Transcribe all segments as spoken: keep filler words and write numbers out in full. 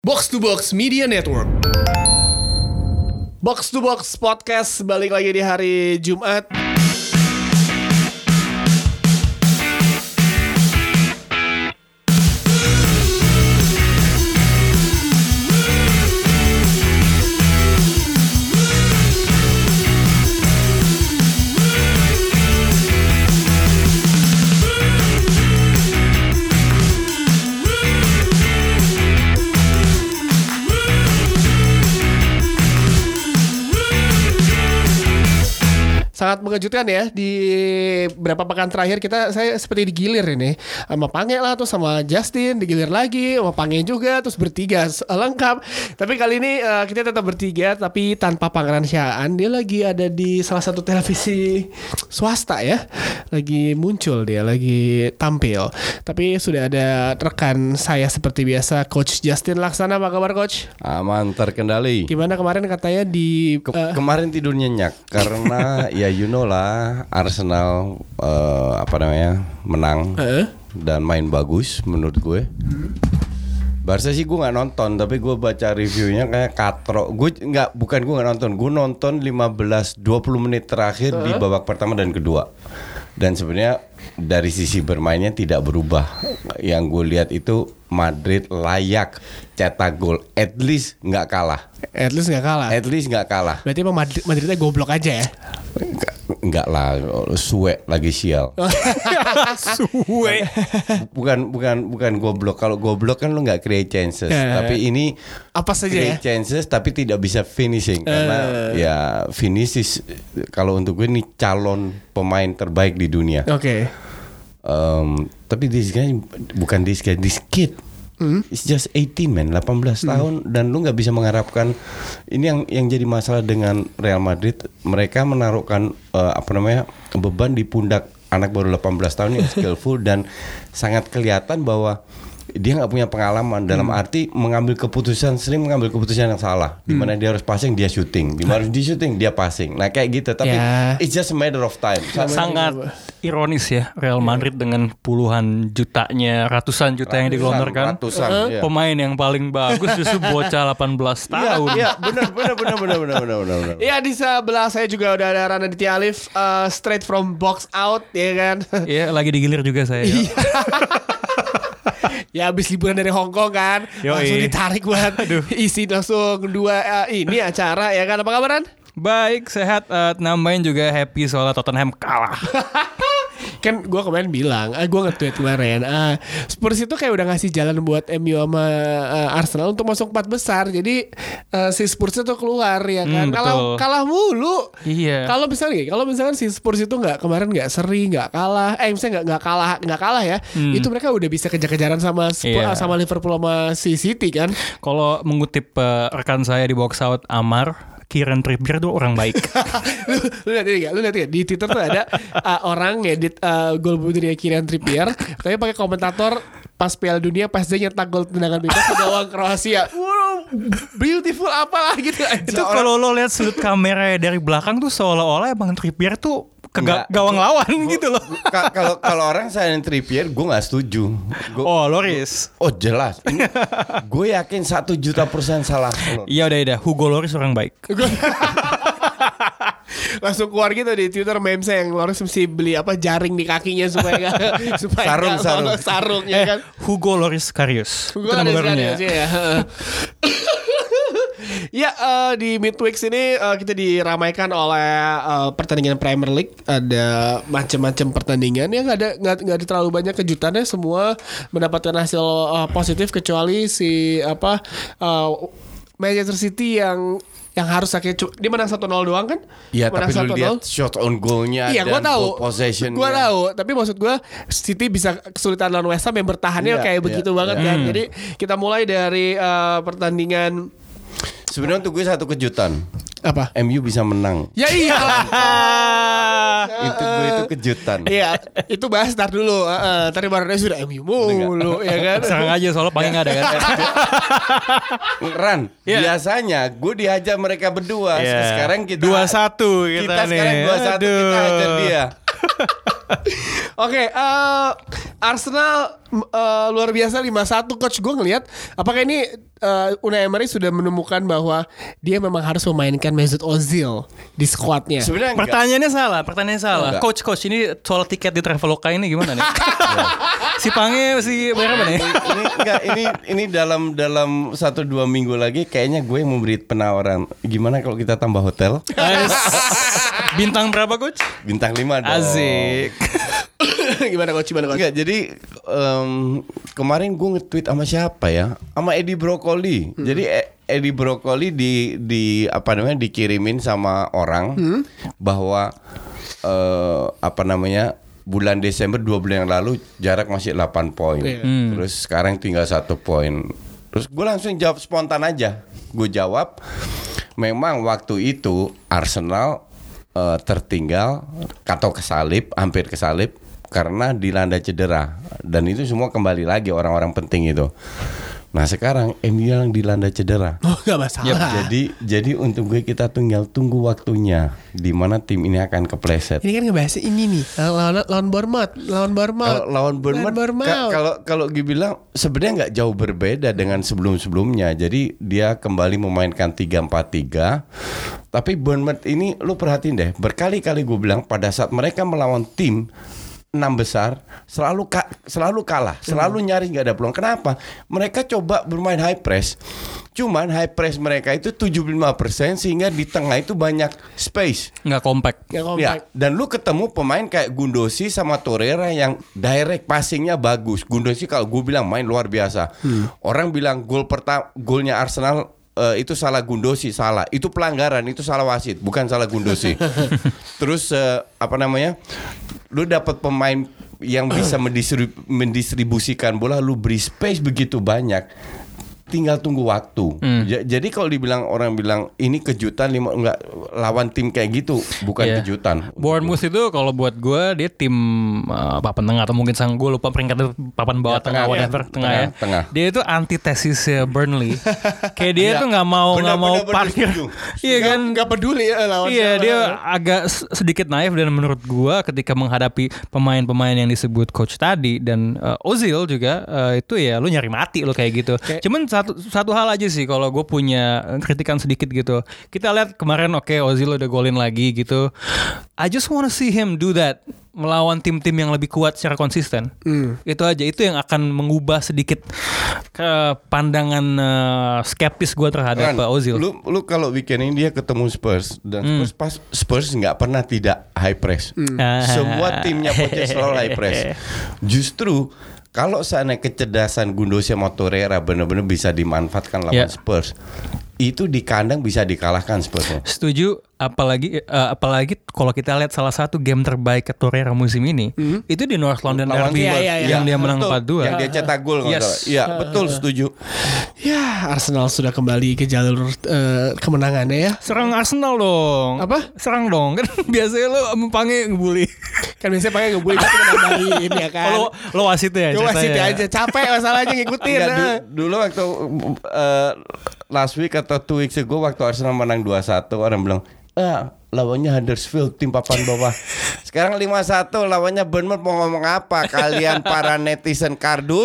Box to Box Media Network. Box to Box Podcast balik lagi di hari Jumat. Sangat mengejutkan ya, di beberapa pekan terakhir kita saya seperti digilir ini sama Pange lah, terus sama Justin digilir lagi, sama Pange juga, terus bertiga lengkap. Tapi kali ini uh, kita tetap bertiga tapi tanpa Pangeran Syaan. Dia lagi ada di salah satu televisi swasta ya, lagi muncul, dia lagi tampil. Tapi sudah ada rekan saya seperti biasa, Coach Justin Laksana. Apa kabar, Coach? Aman, terkendali. Gimana kemarin katanya di Ke- uh, kemarin tidur nyenyak karena ya you know lah, Arsenal uh, apa namanya menang uh, dan main bagus menurut gue. Barca sih gue nggak nonton, tapi gue baca reviewnya kayak katro. Gue nggak, bukan gue nggak nonton, gue nonton lima belas dua puluh menit terakhir uh. di babak pertama dan kedua. Dan sebenarnya dari sisi bermainnya tidak berubah. Yang gue lihat itu Madrid layak cetak gol, at least nggak kalah. At least nggak kalah. At least nggak kalah. Berarti emang Madrid, Madridnya goblok aja ya? Enggak, enggak lah, suwe lagi sial. Suwe. Bukan bukan bukan goblok. Kalau goblok kan lu nggak create chances. Uh, tapi ini apa saja create ya? chances tapi tidak bisa finishing karena Uh. ya finish is, kalau untuk gue ini calon pemain terbaik di dunia. Oke. Okay. Um, tapi this guy bukan this guy, this kid. Mm. It's just eighteen man, delapan belas mm. tahun, dan lu nggak bisa mengharapkan. Ini yang yang jadi masalah dengan Real Madrid. Mereka menaruhkan uh, apa namanya beban di pundak anak baru delapan belas tahun yang skillful dan sangat kelihatan bahwa dia nggak punya pengalaman dalam hmm. arti mengambil keputusan, sering mengambil keputusan yang salah. Di mana hmm. dia harus passing, dia shooting. Di mana harus di shooting, dia passing. Nah kayak gitu. Tapi yeah. it's just a matter of time. Sangat ironis ya, Real Madrid dengan puluhan jutanya, ratusan juta ratusan, yang digelontorkan, ratusan, uh, iya. pemain yang paling bagus justru bocah delapan belas tahun. Iya, benar, benar, benar, benar, benar, benar, benar. Iya, di sebelah saya juga udah ada Rana Ditya Alif, uh, straight from box out, ya kan? Iya, lagi digilir juga saya. Ya abis liburan dari Hong Kong kan, Yoi. langsung ditarik buat isi langsung dua uh, ini acara ya kan. Apa kabaran? Baik, sehat, uh, nambahin juga happy soalnya Tottenham kalah. Kan gue kemarin bilang, ah, gue nge-tweet kemarin, ah, Spurs itu kayak udah ngasih jalan buat M U sama uh, Arsenal untuk masuk empat besar. Jadi uh, si Spurs itu keluar ya kan, hmm, kalah kalah mulu. Iya. Kalau misalnya, kalau misalkan si Spurs itu nggak kemarin nggak seri, nggak kalah, eh misalnya nggak nggak kalah nggak kalah ya, hmm. itu mereka udah bisa kejar-kejaran sama Spurs, iya. sama Liverpool sama si City kan. Kalau mengutip uh, rekan saya di box out Amar, Kieran Trippier tuh orang baik. lu, lu lihat ini gak? Lu lihat ya di Twitter tuh ada uh, orang ngedit uh, gol bunuh diri Kieran Trippier, tapi pakai komentator pas Piala Dunia pas dia nyetak gol tendangan bebas ke gawang Kroasia. Wow, beautiful apalah gitu aja. Itu kalau lo lihat sudut kamera dari belakang tuh seolah-olah emang Trippier tuh ke ga- gawang lawan gua, gitu loh. Kalau kalau orang saya Trippier, gue nggak setuju. Gua, oh Loris. Gua, oh jelas. Gue yakin satu juta persen salah. Iya udah udah. Hugo Loris orang baik. Langsung keluar gitu di Twitter memes yang Loris mesti beli apa jaring di kakinya supaya gak, supaya sarung gak, sarung sarung ya eh, kan. Hugo Loris Karius. Hugo Loris Karius ya. Ya uh, di midweeks ini uh, kita diramaikan oleh uh, pertandingan Premier League. Ada macam-macam pertandingan yang nggak ada nggak nggak ada terlalu banyak kejutannya, semua mendapatkan hasil uh, positif kecuali si apa uh, Manchester City yang yang harus sakit, dia menang satu nol doang kan? Iya, tapi lu lihat shot on goalnya iya, dan tahu, ball possession. Gue tahu, tapi maksud gue City bisa kesulitan lawan West Ham yang bertahannya yeah, kayak yeah, begitu yeah. banget yeah. kan. Hmm. Jadi kita mulai dari uh, pertandingan. Sebenarnya untuk gue satu kejutan. Apa? M U bisa menang. Ya iyalah. Itu gue itu kejutan. Iya, itu bahas ntar dulu. Uh, uh, tadi baru sudah M U mulu, ya kan? Serang aja soalnya paling nggak ada kan. Ran, yeah. biasanya gue dihajar mereka berdua. Yeah. Sekarang kita dua satu kita, kita nih. sekarang dua satu kita hajar dia. Oke, okay, uh, Arsenal uh, luar biasa lima satu coach. Gue ngelihat apakah ini uh, Unai Emery sudah menemukan bahwa dia memang harus memainkan Mesut Ozil di skuadnya. Sebenarnya enggak. Pertanyaannya salah, pertanyaannya salah. Enggak. Coach, coach ini soal tiket di Traveloka ini gimana nih? Si Pange, si bayar apa nih? ini enggak ini ini dalam dalam satu dua minggu lagi kayaknya gue mau beri penawaran. Gimana kalau kita tambah hotel? Bintang berapa coach? Bintang lima dong. Asik. Gimana coach? Gimana coach? Enggak, jadi um, kemarin gue nge-tweet sama siapa ya? Sama Edi Brokoli. Hmm. Jadi Edi Brokoli di di apa namanya dikirimin sama orang hmm. bahwa uh, apa namanya bulan Desember dua bulan yang lalu jarak masih delapan poin. Yeah. Hmm. Terus sekarang tinggal satu poin. Terus gue langsung jawab spontan aja. Gue jawab, memang waktu itu Arsenal uh, tertinggal atau kesalip, hampir kesalip karena dilanda cedera. Dan itu semua kembali lagi orang-orang penting itu. Nah sekarang M U yang dilanda cedera. Oh gak masalah. Yep, jadi jadi untuk gue kita tinggal tunggu waktunya di mana tim ini akan kepleset. Ini kan ngebahas ini nih lawan lawan Bournemouth, lawan Bournemouth. Lawan Bournemouth. Ka- kalau kalau gue bilang sebenarnya nggak jauh berbeda dengan sebelum-sebelumnya. Jadi dia kembali memainkan tiga empat tiga. Tapi Bournemouth ini lu perhatiin deh, berkali-kali gue bilang pada saat mereka melawan tim enam besar selalu ka- selalu kalah, selalu hmm. nyaris nggak ada peluang. Kenapa? Mereka coba bermain high press, cuman high press mereka itu tujuh puluh lima persen sehingga di tengah itu banyak space, nggak compact. Nggak compact. Ya, dan lu ketemu pemain kayak Gundosi sama Torreira yang direct passingnya bagus. Gundosi kalau gue bilang main luar biasa. Hmm. Orang bilang gol pertama, golnya Arsenal Uh, itu salah Gundosi, salah. Itu pelanggaran, itu salah wasit, bukan salah Gundosi. Terus uh, apa namanya? Lu dapat pemain yang bisa mendistrib- mendistribusikan bola, lu beri space begitu banyak. Tinggal tunggu waktu. Hmm. J- jadi kalau dibilang orang bilang ini kejutan lima enggak lawan tim kayak gitu bukan yeah. kejutan. Bournemouth itu kalau buat gue dia tim uh, papan tengah atau mungkin sang gue lupa peringkat papan bawah ya, tengah, tengah whatever ya. tengah, tengah ya. Tengah. Dia itu antitesisnya Burnley. Kayak dia tuh nggak mau nggak mau parkir. Iya kan? Nggak peduli ya lawan. Iya dia agak sedikit naif dan menurut gue ketika menghadapi pemain-pemain yang disebut coach tadi dan uh, Ozil juga uh, itu ya lu nyari mati lu kayak gitu. Okay. Cuman Satu, satu hal aja sih kalau gue punya kritikan sedikit gitu. Kita lihat kemarin oke okay, Ozil udah golin lagi gitu. I just wanna see him do that melawan tim-tim yang lebih kuat secara konsisten. Mm. Itu aja, itu yang akan mengubah sedikit ke pandangan uh, skeptis gue terhadap Ran, Ozil. Lu lu kalau weekend ini dia ketemu Spurs dan mm. Spurs pas Spurs nggak pernah tidak high press. Mm. Semua timnya Pochettino selalu high press. Justru kalau seandainya kecerdasan Gundosi sama Torreira benar-benar bisa dimanfaatkan lawan yeah. Spurs, itu di kandang bisa dikalahkan Spurs. Setuju, apalagi uh, apalagi kalau kita lihat salah satu game terbaik ke Torreira musim ini, mm-hmm. itu di North London Derby ya, ya, ya. yang dia menang empat dua. Yang dia cetak gol. Yes. Iya, betul setuju. Ya, Arsenal sudah kembali ke jalur uh, kemenangannya ya. Serang Arsenal dong. Apa? Serang dong. Kan biasanya lo Pange ngebully. Kan biasanya Pange ngebully tapi nambahin ya kan. Lo lo wasit ya. Lo wasit aja. Capek masalahnya ngikutin. Enggak, nah. du- dulu waktu uh, last week atau two weeks ago waktu Arsenal menang dua satu orang bilang, "Ah, lawannya Huddersfield tim papan bawah." Sekarang lima satu lawannya Bournemouth, mau ngomong apa kalian para netizen kardus?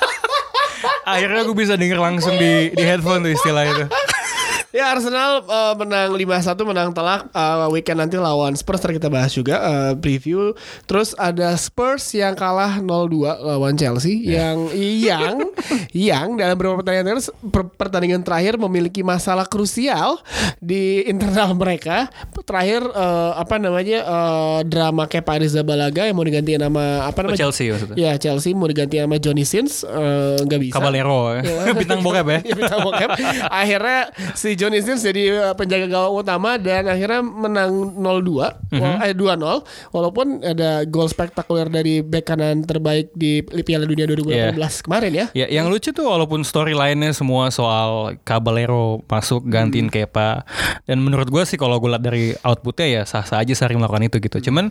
Akhirnya gue bisa denger langsung di di headphone tuh istilah itu. Ya Arsenal uh, menang lima satu, menang telak. uh, Weekend nanti lawan Spurs, ntar kita bahas juga uh, preview. Terus ada Spurs yang kalah nol dua lawan Chelsea, yeah. Yang Yang Yang dalam beberapa pertandingan terakhir, per, pertandingan terakhir memiliki masalah krusial di internal mereka. Terakhir uh, apa namanya uh, drama Kepa Arrizabalaga yang mau diganti nama apa namanya? Oh, Chelsea maksudnya. Ya Chelsea mau diganti nama Johnny Sins, nggak uh, bisa. Caballero ya. Bintang bokep ya. Ya bintang bokep. Akhirnya si Johnny Sins jadi penjaga gawang utama dan akhirnya menang nol dua, mm-hmm. eh dua nol, walaupun ada gol spektakuler dari bek kanan terbaik di Piala Dunia dua ribu delapan belas yeah. kemarin ya. Ya, yang lucu tuh walaupun storyline-nya semua soal Caballero masuk gantiin hmm. Kepa, dan menurut gue sih kalau gue lihat dari outputnya ya sah-sah aja Sarri melakukan itu gitu. Cuman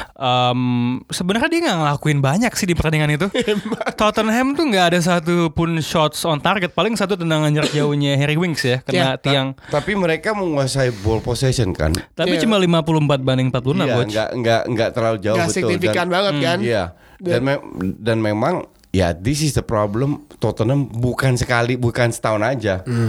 um, sebenarnya dia nggak ngelakuin banyak sih di pertandingan itu. Tottenham tuh nggak ada satu pun shots on target, paling satu tendangan jarak jauhnya Harry Winks ya kena yeah. tiang. Tapi mereka menguasai ball possession kan. Tapi yeah. cuma lima puluh empat banding empat puluh enam, yeah, Coach. Enggak enggak enggak terlalu jauh, gak betul. Signifikan dan, banget kan. Iya. Dan dan, me- dan memang Ya, this is the problem. Tottenham bukan sekali, bukan setahun aja. Mm.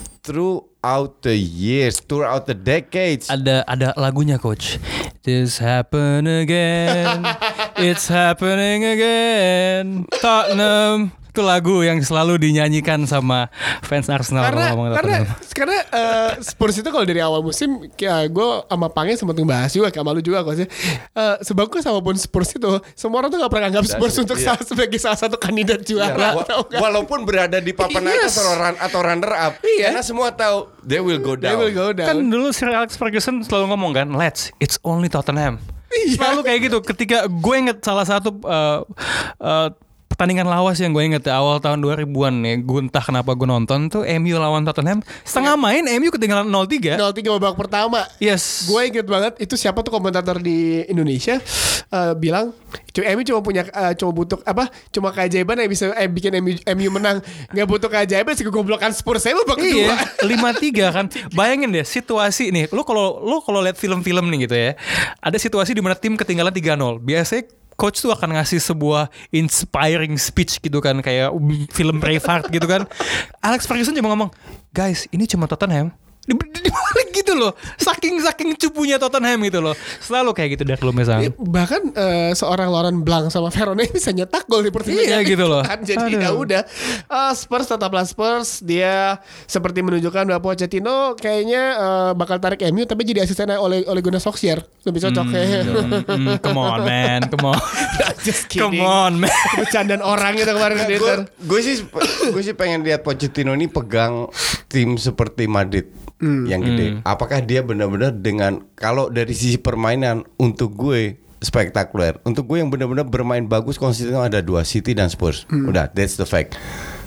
Throughout the years, throughout the decades. Ada ada lagunya coach. This happen again. It's happening again. Tottenham. Itu lagu yang selalu dinyanyikan sama fans Arsenal. Karena kalau karena karena uh, Spurs itu kalau dari awal musim kayak gue sama Pange sempat ngebahas juga, kayak malu juga kok sih. Uh, sebagus apapun Spurs itu, semua orang tuh gak pernah anggap Spurs untuk yeah. salah, sebagai salah satu kandidat juara. Yeah. Wa- walaupun berada di papan atas yes. atau, run, atau runner up, yeah. karena semua tahu they will go down. They will go down. Kan dulu Sir Alex Ferguson selalu ngomong kan, let's, it's only Tottenham. Iya. Selalu kayak gitu. Ketika gue inget salah satu uh, uh, pertandingan lawas yang gue inget ya, awal tahun dua ribuan nih, gue entah kenapa gue nonton tuh M U lawan Tottenham, setengah main M U ketinggalan nol tiga nol tiga babak pertama. Yes. Gue inget banget itu siapa tuh komentator di Indonesia uh, bilang M U cuma punya uh, cuma butuh apa? Cuma keajaiban yang bisa eh, bikin M U, M U menang. Gak butuh keajaiban sih kegoblokan Spurs saya babak kedua. lima tiga kan. Bayangin deh situasi nih. Lu kalau lu kalau lihat film-film nih gitu ya. Ada situasi di mana tim ketinggalan tiga nol. Biasanya coach tuh akan ngasih sebuah inspiring speech gitu kan, kayak film Braveheart gitu kan. Alex Ferguson cuma ngomong, guys ini cuma Tottenham. Dibalik gitu loh, saking saking cupunya Tottenham gitu loh, selalu kayak gitu dari klubnya sana. Bahkan uh, seorang Laurent Blanc sama Verona bisa nyetak gol di pertandingan. Iya gitu loh. Kan? Jadi ya udah, uh, Spurs tetaplah Spurs. Dia seperti menunjukkan bahwa Pochettino kayaknya uh, bakal tarik M U, tapi jadi asisten oleh oleh Gunnar Solskjaer lebih cocok kayaknya. Hmm, come on man, come on, just kidding. Come on man. Bercandaan orang gitu kemarin di Twitter. Gue sih gue sih pengen lihat Pochettino ini pegang tim seperti Madrid. Hmm. Yang gede. Hmm. Apakah dia benar-benar dengan, kalau dari sisi permainan untuk gue spektakuler, untuk gue yang benar-benar bermain bagus konsisten ada dua, City dan Spurs. Hmm. Udah, that's the fact.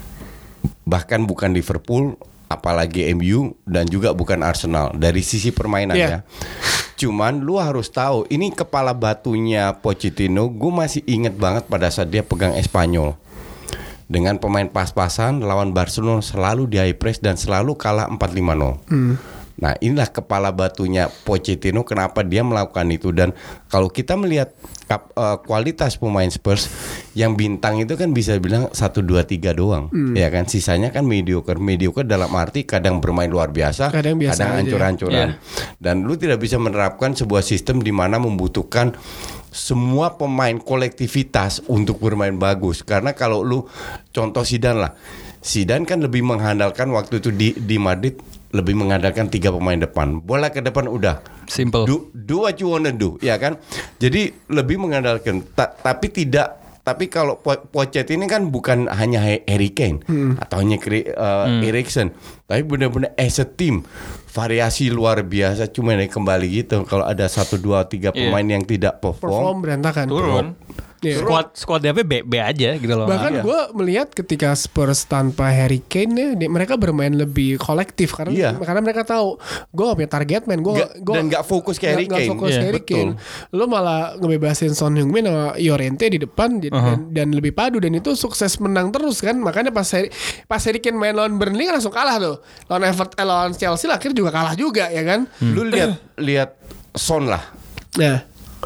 Bahkan bukan Liverpool, apalagi M U, dan juga bukan Arsenal dari sisi permainan yeah. ya. Cuman lu harus tahu, ini kepala batunya Pochettino, gue masih inget banget pada saat dia pegang Espanyol. Dengan pemain pas-pasan lawan Barcelona selalu di high press dan selalu kalah empat lima nol. Hmm. Nah, inilah kepala batunya Pochettino, kenapa dia melakukan itu. Dan kalau kita melihat uh, kualitas pemain Spurs, yang bintang itu kan bisa bilang satu dua tiga doang. Hmm. Ya kan, sisanya kan mediocre. Mediocre dalam arti kadang bermain luar biasa, kadang, biasa kadang hancur-hancuran. Yeah. Dan lu tidak bisa menerapkan sebuah sistem di mana membutuhkan semua pemain kolektivitas untuk bermain bagus. Karena kalau lu contoh Zidane lah, Zidane kan lebih mengandalkan waktu itu di di Madrid, lebih mengandalkan tiga pemain depan. Bola ke depan udah simple. Do, do what you wanna do, ya kan? Jadi lebih mengandalkan, ta, tapi tidak. Tapi kalau Pochettino ini kan bukan hanya Harry Kane hmm. atau hanya uh, hmm. Eriksen, tapi benar-benar as a team, variasi luar biasa. Cuma nih kembali gitu, kalau ada satu dua tiga pemain yeah. yang tidak perform, perform berantakan, turun. Yeah. Squad squad dia B B aja gitu loh. Bahkan iya. gue melihat ketika Spurs tanpa Harry Kane ya, mereka bermain lebih kolektif karena iya. karena mereka tahu gue gak punya target man, gue dan nggak fokus ke Harry Kane. Gak fokus yeah. Harry Kane. Lo malah ngebebasin Son Heung-min sama Llorente di depan uh-huh. dan, dan lebih padu, dan itu sukses menang terus kan. Makanya pas Harry, pas Harry Kane main lawan Burnley kan langsung kalah tuh. Lawan Everton, eh, lawan Chelsea akhirnya juga kalah juga ya kan. Hmm. Lu lihat lihat Son lah. Nah,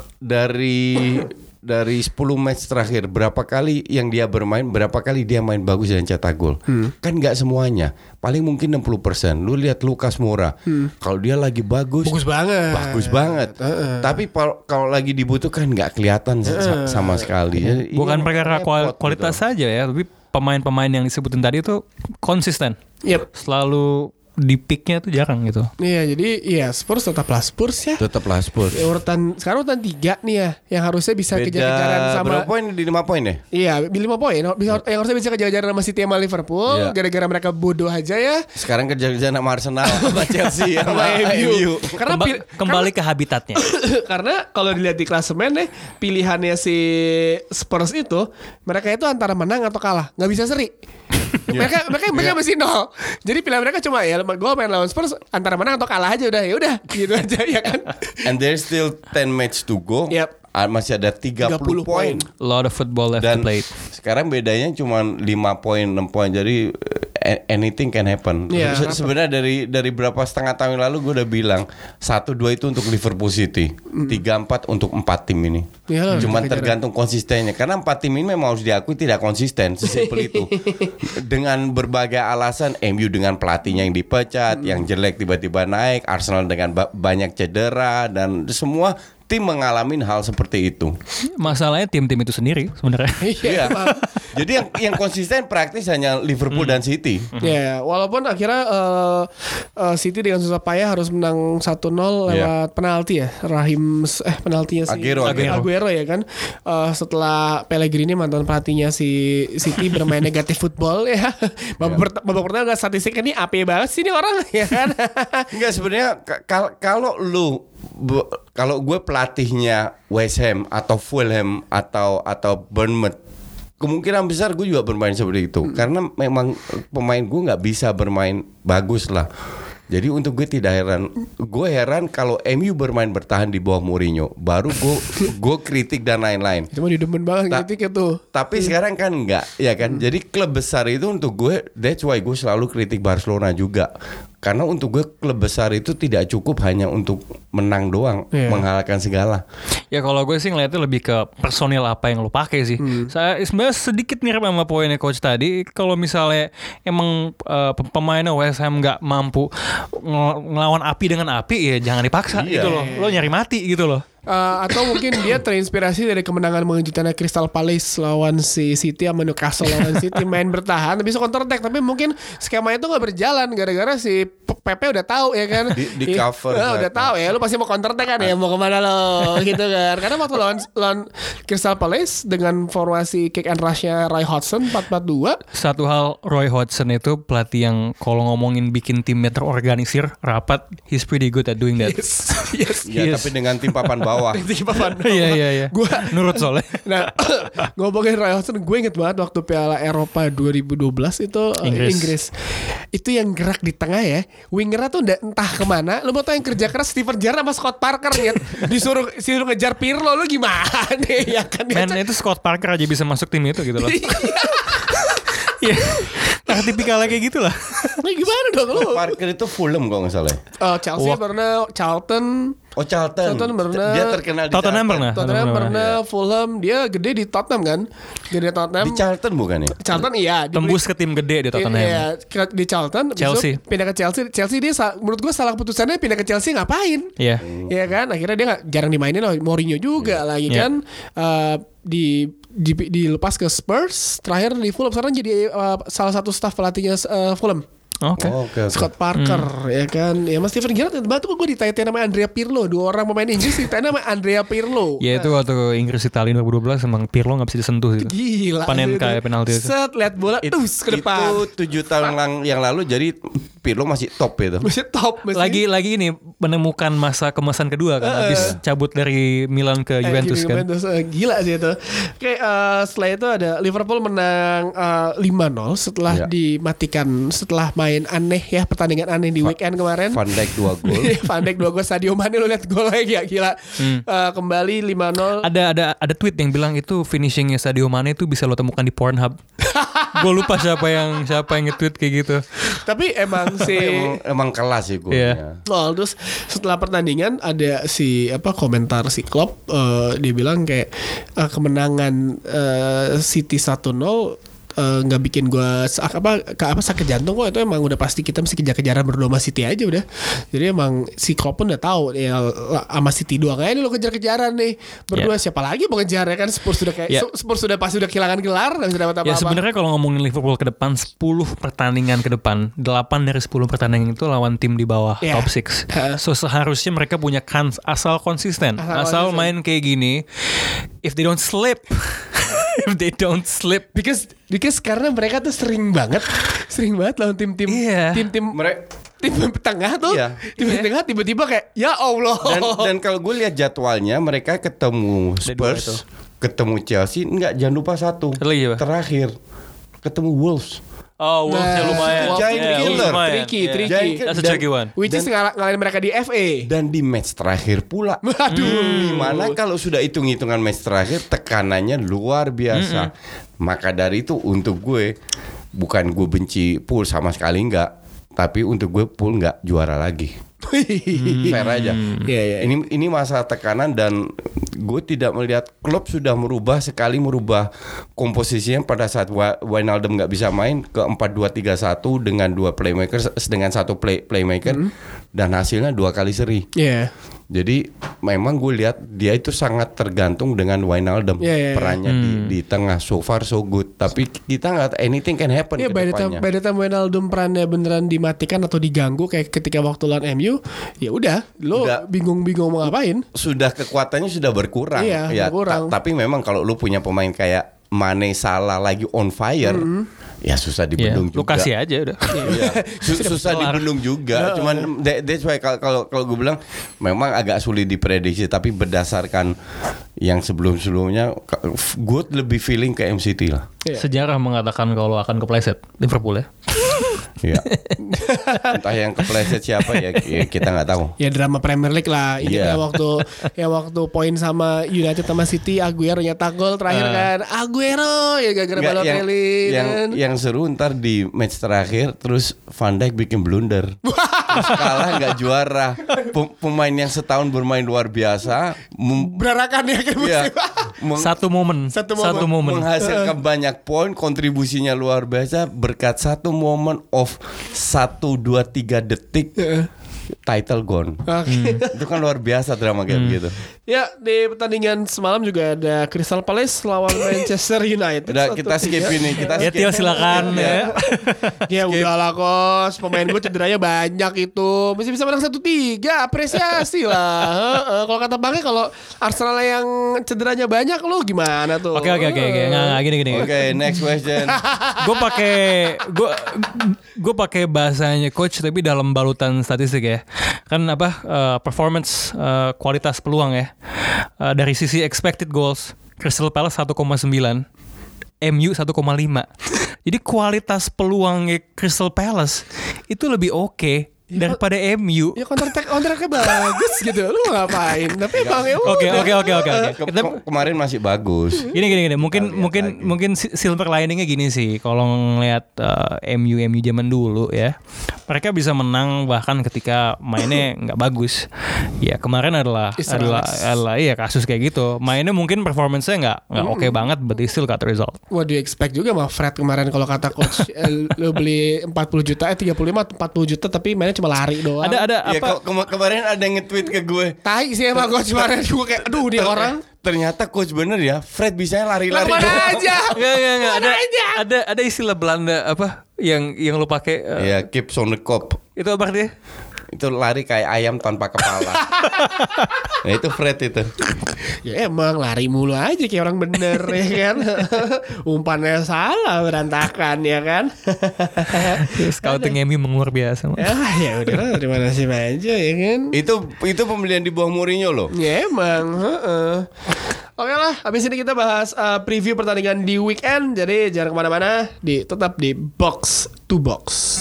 dari dari sepuluh match terakhir berapa kali yang dia bermain, berapa kali dia main bagus dan cetak gol. Hmm. Kan nggak semuanya. Paling mungkin enam puluh persen. Lu lihat Lucas Moura. Hmm. Kalau dia lagi bagus, bagus banget. Bagus banget. Uh-uh. Tapi kalau lagi dibutuhkan nggak kelihatan uh-uh. sama sekali. Jadi, bukan perkara kual- kualitas gitu saja ya, tapi pemain-pemain yang disebutin tadi itu konsisten. Yep. Selalu di peaknya tuh jarang gitu. Iya, jadi iya Spurs tetaplah Spurs ya. Tetaplah Spurs. Ya, urutan sekarang urutan tiga nih ya, yang harusnya bisa kejar-kejaran sama. Berapa poin di lima poin ya? Iya, di lima poin. Bisa, yang harusnya bisa kejar-kejaran sama City sama Liverpool. Iya. Gara-gara mereka bodoh aja ya. Sekarang kejar-kejaran sama Arsenal, sama Chelsea, sama M U. Karena Kemba- pil- kembali karena, ke habitatnya. Karena kalau dilihat di klasemen nih, pilihannya si Spurs itu, mereka itu antara menang atau kalah, nggak bisa seri. mereka mereka mereka yeah. masih nol. Jadi pilihan mereka cuma ya gue main lawan Spurs antara menang atau kalah aja udah, ya udah gitu aja ya kan. And there's still ten match to go. Yep. Masih ada tiga puluh poin. A lot of football left dan to play. Sekarang bedanya cuma lima poin, enam poin. Jadi anything can happen. Iya, Se- Sebenarnya dari dari berapa setengah tahun lalu gue udah bilang satu dua itu untuk Liverpool City, tiga empat untuk empat tim ini. Iyalah, Cuman kejar-kejaran. tergantung konsistennya. Karena empat tim ini memang harus diakui tidak konsisten, sesimpel itu. Dengan berbagai alasan, M U dengan pelatihnya yang dipecat, yang jelek tiba-tiba naik, Arsenal dengan ba- banyak cedera dan semua tim mengalami hal seperti itu. Masalahnya tim-tim itu sendiri sebenarnya. Iya. Jadi yang yang konsisten praktis hanya Liverpool dan City. Ya, walaupun akhirnya uh, uh, City dengan susah payah harus menang satu nol lewat Yeah. penalti ya. Rahim eh penaltinya si Aguero, Aguero, Aguero. ya kan. Uh, setelah Pellegrini mantan pelatihnya si City bermain negatif football ya. Babak pert- babak pertama enggak statistiknya ini A P banget sih ini orang ya kan. Enggak sebenarnya ka- kal- kalau lu bu- kalau gue pelatihnya West Ham atau Fulham atau atau Bournemouth, kemungkinan besar gue juga bermain seperti itu karena memang pemain gue nggak bisa bermain bagus lah. Jadi untuk gue tidak heran, gue heran kalau M U bermain bertahan di bawah Mourinho, baru gue gue kritik dan lain-lain. Cuma didemen banget Ta- kritiknya tuh. Tapi sekarang kan enggak, ya kan. Jadi klub besar itu untuk gue, that's why gue selalu kritik Barcelona juga. Karena untuk gue klub besar itu tidak cukup hanya untuk menang doang, Iya. mengalahkan segala. Ya kalau gue sih ngeliatnya lebih ke personil apa yang lo pakai sih. Saya sebenarnya sedikit mirip sama poinnya coach tadi. Kalau misalnya emang uh, pemainnya West Ham nggak mampu ng- ngelawan api dengan api, ya jangan dipaksa Iya. gitu loh. Lo nyari mati gitu loh. Uh, atau mungkin dia terinspirasi dari kemenangan mengejutkan Crystal Palace lawan si City sama Newcastle lawan City, main bertahan bisa counter attack tapi mungkin skemanya itu nggak berjalan gara-gara si Pepe udah tahu ya kan Di- di cover. uh, udah tahu ya lu pasti mau counter attack kan ya mau kemana lo gitu kan karena waktu lawan lawan Crystal Palace dengan formasi kick and rush-nya Roy Hodgson empat empat dua. Satu hal, Roy Hodgson itu pelatih yang kalau ngomongin bikin timnya terorganisir, rapat, he's pretty good at doing that. Yes, yes. Ya Yes. tapi dengan tim papan bawah. Iya iya iya. Gua Nurut soalnya. Nah, ngomongin Roy Hodgson, gue inget banget waktu Piala Eropa dua ribu dua belas itu uh, Inggris. Inggris. Itu yang gerak di tengah ya. Wingernya tuh udah entah kemana. Lu mau tau yang kerja keras Steven Gerrard sama Scott Parker ya. Disuruh disuruh ngejar Pirlo, lu gimana ya kan? Men itu Scott Parker aja bisa masuk tim itu gitu loh. Iya. Nah, tipikalnya kayak gitu lah. Nah, gimana dong lu? Parker itu Fulham kalau nggak salah. Uh, Chelsea Wah. pernah, Charlton, Oh Charlton. Charlton pernah. Dia terkenal di Tottenham Charlton. pernah. Tottenham Tottenham pernah, Fulham, dia gede di Tottenham kan? Gede di Tottenham. Di Charlton bukan ya? Charlton iya, di- Tembus ke tim gede di Tottenham. Iya, ke- di Charlton, habis itu Chelsea. pindah ke Chelsea. Chelsea dia sa- menurut gue salah keputusannya pindah ke Chelsea ngapain? Iya. Iya kan, akhirnya dia gak, jarang dimainin oleh Mourinho juga lagi Iya. kan. Eh, di, di dilepas ke Spurs, terakhir di Fulham sekarang jadi eh, salah satu staf pelatihnya eh, Fulham. Oke. Oh, oke, oke. Scott Parker ya kan. Ya Mas Steven Gerrard bantu gue ditanya nama Andrea Pirlo, dua orang pemain Inggris ditanya nama Andrea Pirlo. Ya itu waktu Inggris Italia dua ribu dua belas emang Pirlo gak bisa disentuh gitu. Gila. Panenka gitu. ya penalti itu. Set lihat bola It- terus ke depan. Itu tujuh tahun lang- yang lalu jadi Pirlo masih top itu. Masih top masih. Lagi lagi ini menemukan masa kemasan kedua kan, habis cabut dari Milan ke Eh, Juventus gini, kan. Juventus, eh, gila sih itu. Oke, eh, setelah itu ada Liverpool menang eh, lima nol setelah Ya. dimatikan setelah main aneh ya, pertandingan aneh di weekend kemarin. Van Dijk dua gol. Van Dijk dua gol, Sadio Mane lu lihat golnya gila gila. Eh, kembali lima nol. Ada ada ada tweet yang bilang itu finishingnya Sadio Mane itu bisa lo temukan di Pornhub. Gue lupa siapa yang siapa yang nge-tweet kayak gitu. Tapi emang si emang, emang kelas sih gue. Iya. Oh, terus setelah pertandingan ada si apa komentar si Klopp, eh, dia bilang kayak eh, kemenangan eh, City satu nol eh, nggak bikin gua sa- apa ka- apa sakit jantung kok, itu emang udah pasti kita mesti kejar-kejaran berdua sama City aja udah. Jadi emang si Klopp pun udah tahu ya la- sama City doang aja nih lo kejar-kejaran nih berdua. Siapa lagi mau kejar ya kan? Spurs sudah kayak Yeah. Spurs sudah pasti udah kehilangan gelar, nggak bisa dapat Ya apa-apa. sebenarnya kalau ngomongin Liverpool ke depan sepuluh pertandingan ke depan, delapan dari sepuluh pertandingan itu lawan tim di bawah Iya. top enam. Heeh. So seharusnya mereka punya kans asal konsisten. Asal Asal, konsisten. main kayak gini, if they don't slip, if they don't slip. because because karena mereka tuh sering banget sering banget lawan tim-tim Iya. tim-tim Mereka tim tengah tuh, Iya. tim tengah tiba-tiba kayak ya Allah. dan dan kalau gue lihat jadwalnya mereka ketemu Ada dua itu. Spurs, ketemu Chelsea, enggak jangan lupa satu. Satu lagi apa? Terakhir ketemu Wolves. Oh, Wolves Nah, ya lumayan. Wolves Giant Yeah, Wolves killer. lumayan. Tricky, Yeah. tricky. Giant- That's a dan- tricky one. Which is ngal- ngalahin mereka di F A. Dan di match terakhir pula. Waduh. Dimana kalau sudah hitung-hitungan match terakhir tekanannya luar biasa. Maka dari itu untuk gue bukan gue benci Pool sama sekali enggak, tapi untuk gue Pool enggak juara lagi. Hmm. Fair aja. Yeah, yeah. Ini ini masa tekanan dan gue tidak melihat klub sudah merubah sekali merubah komposisinya pada saat Wijnaldum nggak bisa main ke empat dua tiga satu dengan dua playmaker dengan satu play, playmaker mm. dan hasilnya dua kali seri. Yeah. Jadi memang gue lihat dia itu sangat tergantung dengan Wijnaldum yeah, yeah, perannya yeah. di di tengah so far so good. Tapi kita nggak anything can happen yeah, ke by depannya. By the time Wijnaldum perannya beneran dimatikan atau diganggu kayak ketika waktu lawan M U, ya udah lo udah, bingung-bingung mau ngapain. Sudah kekuatannya sudah berkurang. Iya, ya, berkurang. Ta- tapi memang kalau lo punya pemain kayak Mane, Salah lagi on fire, mm-hmm. ya susah dibendung yeah, juga. Lu kasih aja udah. ya, susah dibendung juga. Cuman that, that's why kalau kalau gue bilang memang agak sulit diprediksi. Tapi berdasarkan yang sebelum-sebelumnya, gue lebih feeling ke M C T lah. Yeah. Sejarah mengatakan kalau akan kepleset Liverpool ya. Iya. Entah yang kepleset siapa ya, ya kita nggak tahu. Ya drama Premier League lah. Ini yeah. kan waktu ya waktu poin sama United sama City, Aguero nyetak gol terakhir uh. kan. Aguero ya gara-gara Balotelli. Yang, yang, kan. yang seru ntar di match terakhir terus Van Dijk bikin blunder. Terus kalah nggak juara. Pemain yang setahun bermain luar biasa mem- berarakan ya kan. Ya, meng- satu momen. Satu momen. Satu momen. Menghasilkan uh. banyak poin, kontribusinya luar biasa berkat satu momen of satu dua tiga detik uh. title gone. Okay. Hmm. Itu kan luar biasa drama kayak hmm. begitu. Ya di pertandingan semalam juga ada Crystal Palace lawan Manchester United. Udah kita skip ini, kita skip. Ya Tio silakan ya. Ya udahlah Kos, pemain gue cederanya banyak itu, masih bisa menang satu tiga, apresiasi lah. Kalau kata Bangnya kalau Arsenal yang cederanya banyak lo gimana tuh? Oke oke oke oke. Nggak gini gini. Oke, okay, next question. Gue pakai gue gue pakai bahasanya coach tapi dalam balutan statistik ya. Kan apa uh, performance uh, kualitas peluang ya. Uh, dari sisi expected goals Crystal Palace satu koma sembilan, M U satu koma lima. Jadi kualitas peluangnya Crystal Palace itu lebih oke okay daripada ya, M U. Ya kontrak kontraknya bagus gitu. Lu ngapain? Tapi emang ya Oke oke oke oke oke. Kemarin masih bagus. Gini gini gini. Mungkin Kalian mungkin lagi. mungkin silver liningnya gini sih. Kalau ngelihat uh, M U M U zaman dulu ya, mereka bisa menang bahkan ketika mainnya nggak bagus. Ya kemarin adalah adalah, adalah iya kasus kayak gitu. Mainnya mungkin performance-nya nggak nggak oke okay banget, but they still got the result. What do you expect juga sama Fred kemarin kalau kata coach lu beli empat puluh juta eh tiga puluh lima empat puluh juta tapi mainnya cuma lari doang. Ada ada ya, apa? Ke- kemarin ada yang nge-tweet ke gue. Tai sih emang coach kemarin gue kayak aduh dia orang. Ternyata coach bener ya, Fred bisanya lari-lari doang. Mana aja. Enggak enggak enggak ada aja. ada ada istilah Belanda apa yang yang lu pakai? Uh, ya keep on the cop. Itu apa artinya? Itu lari kayak ayam tanpa kepala. Nah itu Fred itu. Ya emang lari mulu aja kayak orang bener ya kan. Umpannya salah berantakan ya kan. Scouting M U luar biasa. Ya ya udah terima kasih aja ya kan. Itu itu pembelian di bawah Mourinho loh. Ya emang. Uh-uh. Oke lah, habis ini kita bahas uh, preview pertandingan di weekend. Jadi jangan kemana-mana, di tetap di Box to Box.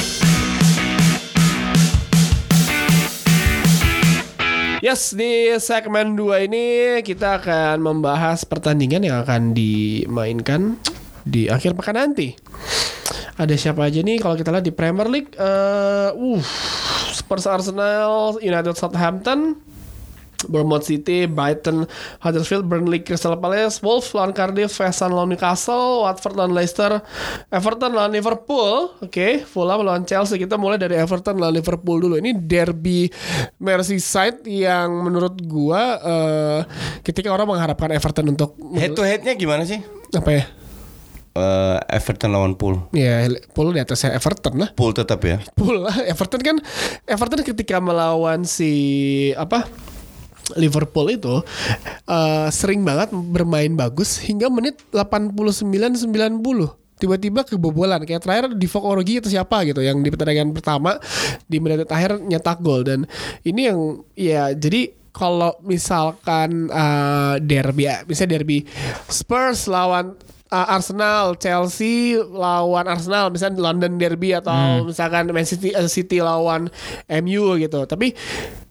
Yes, di segmen dua ini kita akan membahas pertandingan yang akan dimainkan di akhir pekan nanti. Ada siapa aja nih kalau kita lihat di Premier League? Uh, uh, Spurs Arsenal, United Southampton, Bournemouth City, Brighton, Huddersfield, Burnley, Crystal Palace, Wolves lawan Cardiff, West Ham lawan Newcastle, Watford lawan Leicester, Everton lawan Liverpool, oke, okay. Fulham lawan Chelsea. Kita mulai dari Everton lawan Liverpool dulu. Ini derby Merseyside yang menurut gua uh, ketika orang mengharapkan Everton untuk head to headnya gimana sih? Apa ya? Uh, Everton lawan Pool. Ya, Pool di atasnya Everton lah. Pool tetap ya. Pool lah. Everton kan Everton ketika melawan si apa? Liverpool itu uh, sering banget bermain bagus hingga menit delapan puluh sembilan sembilan puluh tiba-tiba kebobolan kayak terakhir di Divock Origi atau siapa gitu yang di pertandingan pertama di menit akhir nyetak gol. Dan ini yang ya jadi kalau misalkan uh, derby misalnya derby Spurs lawan uh, Arsenal, Chelsea lawan Arsenal, misalnya London Derby atau hmm. misalkan Man City uh, City lawan M U gitu. Tapi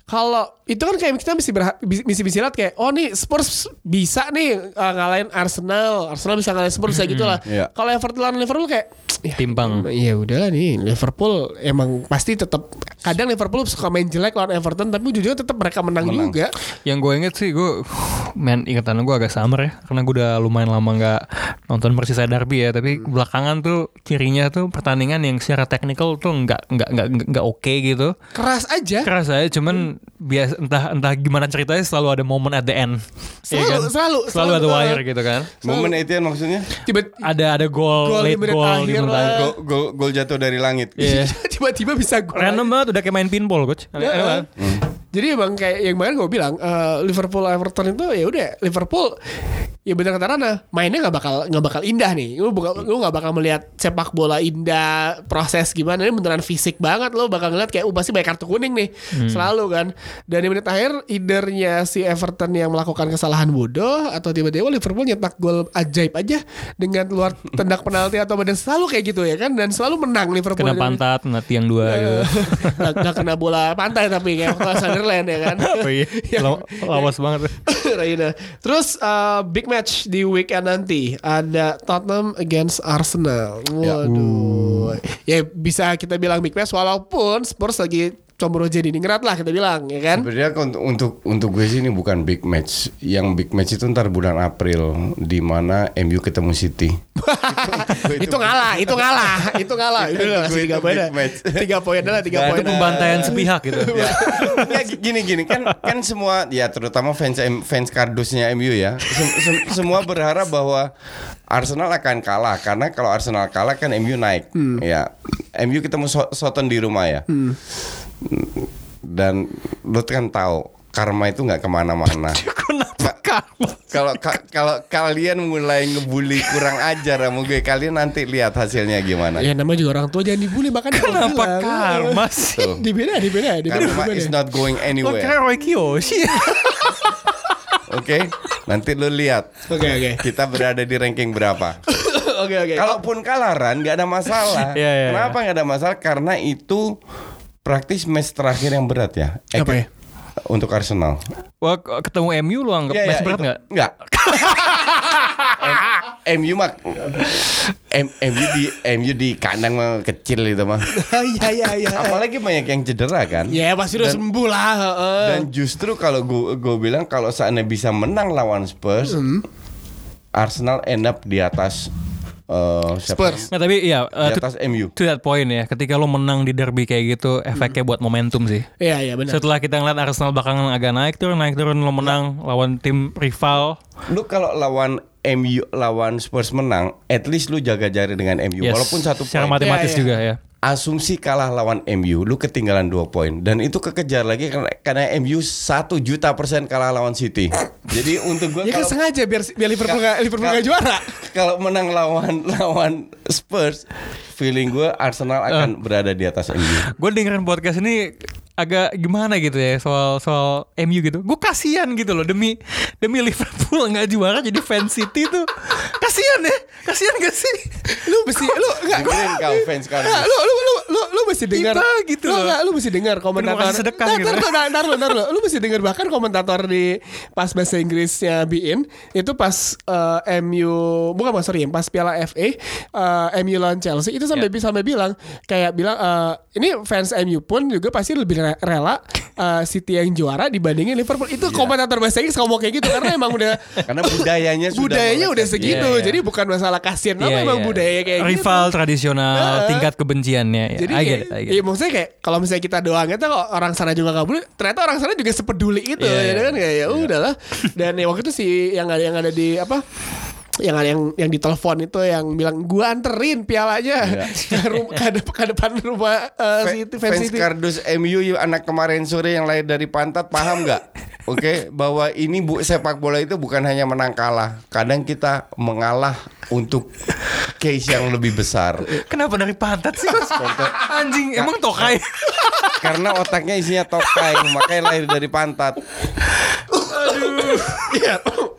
kalau itu kan kayak kita mesti berha- mesti bisa lihat kayak oh nih Spurs bisa nih uh, ngalahin Arsenal, Arsenal bisa ngalahin Spurs kayak gitulah. Yeah. Kalau Everton lawan Liverpool kayak ya, timpang. Iya udahlah nih Liverpool emang pasti tetap kadang Liverpool suka main jelek lawan Everton tapi ujung-ujungnya tetap mereka menang, menang juga. Yang gue inget sih gue main ingatan gue agak summer ya karena gue udah lumayan lama nggak nonton Merseyside Derby ya tapi hmm. belakangan tuh cirinya tuh pertandingan yang secara teknikal tuh nggak nggak nggak nggak oke okay gitu. Keras aja. Keras aja cuman hmm. biasa entah entah gimana ceritanya selalu ada momen at the end. Selalu ya kan? selalu, selalu selalu ada wire gitu kan. Momen itu maksudnya? Tiba ada ada gol late goal di gol gol gol jatuh dari langit. Yeah. Tiba-tiba bisa gol. Random banget udah kayak main pinball coach. Ya, hmm. Jadi emang kayak yang kemarin gue bilang uh, Liverpool Everton itu ya udah Liverpool ya benar kata Rana mainnya nggak bakal nggak bakal indah nih. Lu buka, lu nggak bakal melihat sepak bola indah proses gimana ini beneran fisik banget. Lu bakal ngeliat kayak uh, pasti banyak kartu kuning nih hmm. selalu kan. Dan di menit akhir eithernya si Everton yang melakukan kesalahan bodoh atau tiba-tiba Liverpool nyetak gol ajaib aja dengan luar tendak penalti atau badan selalu kayak gitu ya kan dan selalu menang Liverpool. Kena pantat nanti yang dua gitu. Gak kena bola pantai tapi kayak Sunderland ya kan. Oh iya. Lawas banget. Raina. Terus uh, big match di weekend nanti ada Tottenham against Arsenal. Waduh. Ya, ya bisa kita bilang big match walaupun Spurs lagi combro jadi ningrat lah kita bilang ya kan. Sebenarnya untuk untuk untuk gue sih ini bukan big match. Yang big match itu ntar bulan April di mana M U ketemu City. itu, itu ngalah, itu ngalah, itu ngalah. Itu lah tiga poin. Tiga poin adalah tiga poin. Itu pembantaian sepihak gitu. Ya. Ya gini gini kan kan semua ya terutama fans fans kardusnya M U ya. Sem, sem, semua berharap bahwa Arsenal akan kalah karena kalau Arsenal kalah kan M U naik. Hmm. Ya. M U ketemu Soton di rumah ya. Hmm. Dan lu kan tahu karma itu nggak kemana-mana. Kenapa karma? Kalau kalau kalian mulai ngebully kurang ajar sama gue, kalian nanti lihat hasilnya gimana. Ya namanya juga orang tua jangan dibully bahkan. Kenapa karma sih? Dibeda, dibeda, dibeda. Karma is not going anywhere. Kayak Roy Kiyoshi. Oke, nanti lu lihat. Oke, oke. Kita berada di ranking berapa? Oke, oke. Kalaupun kalaran nggak ada masalah. yeah, yeah, Kenapa nggak ada masalah? Karena itu praktis match terakhir yang berat ya. Apa ya? Untuk Arsenal. Wah, ketemu M U lu anggap ya, match ya, berat nggak? Nggak. M U mah M, MU di M U di kandang kecil itu mah. Iya iya iya. Apalagi banyak yang cedera kan. Ya pasti udah dan, sembuh lah. Uh. Dan justru kalau gue gue bilang kalau seandainya bisa menang lawan Spurs, mm. Arsenal end up di atas Uh, Spurs. Nah, tapi iya uh, di atas to, M U. To that point ya, ketika lo menang di derby kayak gitu, efeknya hmm. buat momentum sih. Iya iya benar. Setelah kita ngeliat Arsenal bakalan agak naik turun naik turun lo menang ya. Lawan tim rival. Lu kalau lawan M U lawan Spurs menang, at least lu jaga jari dengan M U yes. walaupun satu poin. Secara matematis ya, ya. juga ya. Asumsi kalah lawan M U, lu ketinggalan dua poin dan itu kekejar lagi karena, karena M U satu juta persen kalah lawan City. Jadi untuk gue ya kan sengaja biar biar Liverpool nggak Liverpool nggak juara. Kalau menang lawan lawan Spurs, feeling gue Arsenal akan uh. berada di atas M U. Gue dengerin podcast ini agak gimana gitu ya soal soal M U gitu. Gue kasihan gitu loh demi demi Liverpool nggak juara jadi fans City tuh kasihan ya, kasihan gak sih? Lu mesti lu nggak dengerin kau fans kau. Nah, lu lu lu lu lu mesti dengar gitu lu nggak lu mesti dengar komentator sedekah gitu. Ntar ntar ntar lu ntar lu lu mesti dengar bahkan komentator di pas bahasa Inggrisnya Bein itu pas uh, M U bukan mas sorry pas Piala F A uh, M U lawan Chelsea itu sampai yeah. sampai bilang kayak bilang uh, ini fans M U pun juga pasti lebih rela uh, City yang juara dibandingin Liverpool. Itu yeah. komentator bahasa Inggris ngomong kayak gitu karena emang udah karena budayanya sudah budayanya udah segitu. Yeah, yeah. Jadi bukan masalah kasihan yeah, emang yeah. budaya kayak rival gitu. Rival tradisional uh, tingkat kebenciannya. Jadi I get it, I get it. Ya maksudnya kayak kalau misalnya kita doang itu kok orang sana juga enggak peduli, ternyata orang sana juga sepeduli itu yeah, ya yeah. kan kayak ya udahlah. Dan ya waktu itu si yang ada yang ada di apa yang ada yang yang ditelepon itu yang bilang gua anterin pialanya yeah. ke, rumah, ke, depan, ke depan rumah uh, City fans City. Kardus M U anak kemarin sore yang lahir dari pantat paham nggak? Oke okay, bahwa ini bu sepak bola itu bukan hanya menang kalah. Kadang kita mengalah untuk case yang lebih besar. Kenapa dari pantat sih? Anjing emang tokai. Karena otaknya isinya tokai makanya lahir dari pantat. Aduh. Ya.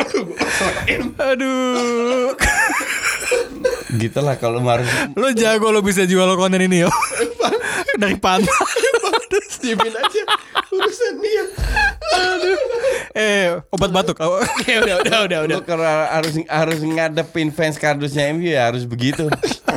Aduh. Gitulah kalau harus. Lo jago lo bisa jual konten ini yo. Dari pantat. Diemin aja. Urusan dia. Aduh. Eh, obat batuk. Oh. Ya udah udah udah udah. Lu kalau harus harus ngadepin fans kardusnya M U ya harus begitu.